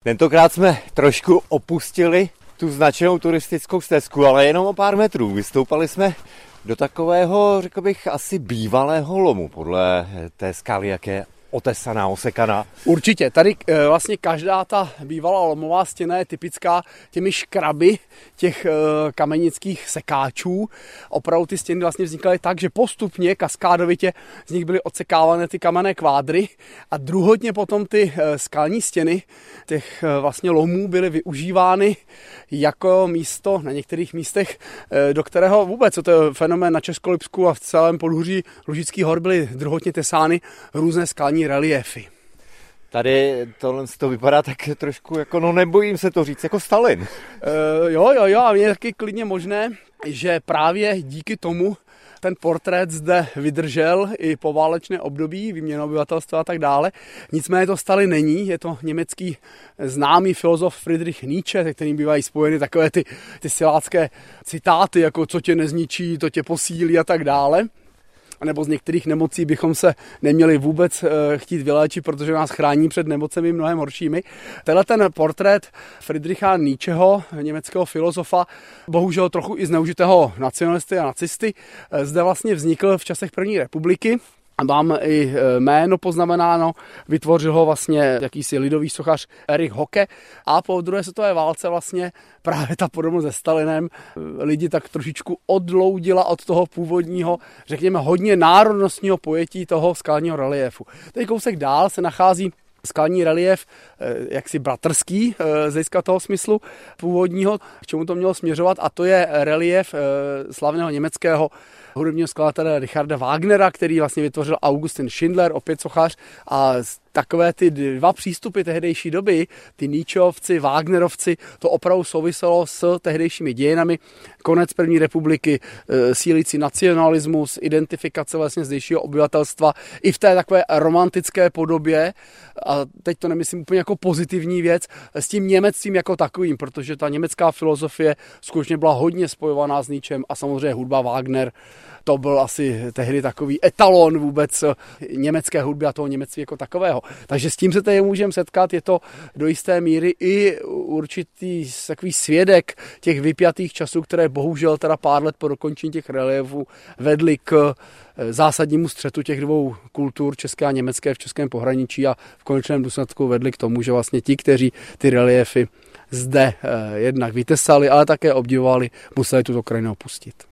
Tentokrát jsme trošku opustili tu značenou turistickou stezku, ale jenom o pár metrů. Vystoupali jsme do takového, řekl bych, asi bývalého lomu, podle té skaly, jak je otesaná, osekaná. Určitě. Tady vlastně každá ta bývalá lomová stěna je typická těmi škraby těch kamenických sekáčů. Opravdu ty stěny vlastně vznikaly tak, že postupně kaskádovitě z nich byly odsekávané ty kamenné kvádry a druhotně potom ty skalní stěny těch vlastně lomů byly využívány jako místo na některých místech, do kterého vůbec, co to je fenomén na Českolipsku a v celém podhůří Lužických hor byly druhotně tesány různé skalní reliéfy. Tady tohle to vypadá tak trošku jako, no nebojím se to říct, jako Stalin. Jo, a je taky klidně možné, že právě díky tomu ten portrét zde vydržel i po válečné období, výměnu obyvatelstva a tak dále. Nicméně to Stalin není, je to německý známý filozof Friedrich Nietzsche, se kterým bývají spojeny takové ty silácké citáty, jako co tě nezničí, to tě posílí a tak dále. Nebo z některých nemocí bychom se neměli vůbec chtít vyléčit, protože nás chrání před nemocemi mnohem horšími. Tenhle ten portrét Friedricha Nietzscheho, německého filozofa, bohužel trochu i zneužitého nacionalisty a nacisty, zde vlastně vznikl v časech první republiky. Mám i jméno poznamenáno, vytvořil ho vlastně jakýsi lidový sochař Erich Hocke a po druhé světové válce vlastně právě ta podobnost se Stalinem lidi tak trošičku odloudila od toho původního, řekněme hodně národnostního pojetí toho skalního reliéfu. Tady kousek dál se nachází skalní reliéf jaksi bratrský z hlediska toho smyslu původního, k čemu to mělo směřovat, a to je reliéf slavného německého hudebního skladatele Richarda Wagnera, který vlastně vytvořil Augustin Schindler, opět sochař, a takové ty dva přístupy tehdejší doby, ty Nietzscheovci, Wagnerovci, to opravdu souviselo s tehdejšími dějinami. Konec první republiky, sílící nacionalismus, identifikace vlastně zdejšího obyvatelstva i v té takové romantické podobě, a teď to nemyslím úplně jako pozitivní věc, s tím němectvím jako takovým, protože ta německá filozofie skutečně byla hodně spojovaná s Nietzschem a samozřejmě hudba Wagner, to byl asi tehdy takový etalon vůbec německé hudby a toho němectví jako takového. Takže s tím se tady můžeme setkat, je to do jisté míry i určitý takový svědek těch vypjatých časů, které bohužel teda pár let po dokončení těch reliéfů vedly k zásadnímu střetu těch dvou kultur, české a německé, v českém pohraničí, a v konečném důsledku vedly k tomu, že vlastně ti, kteří ty reliéfy zde jednak vytesali, ale také obdivovali, museli tuto krajinu opustit.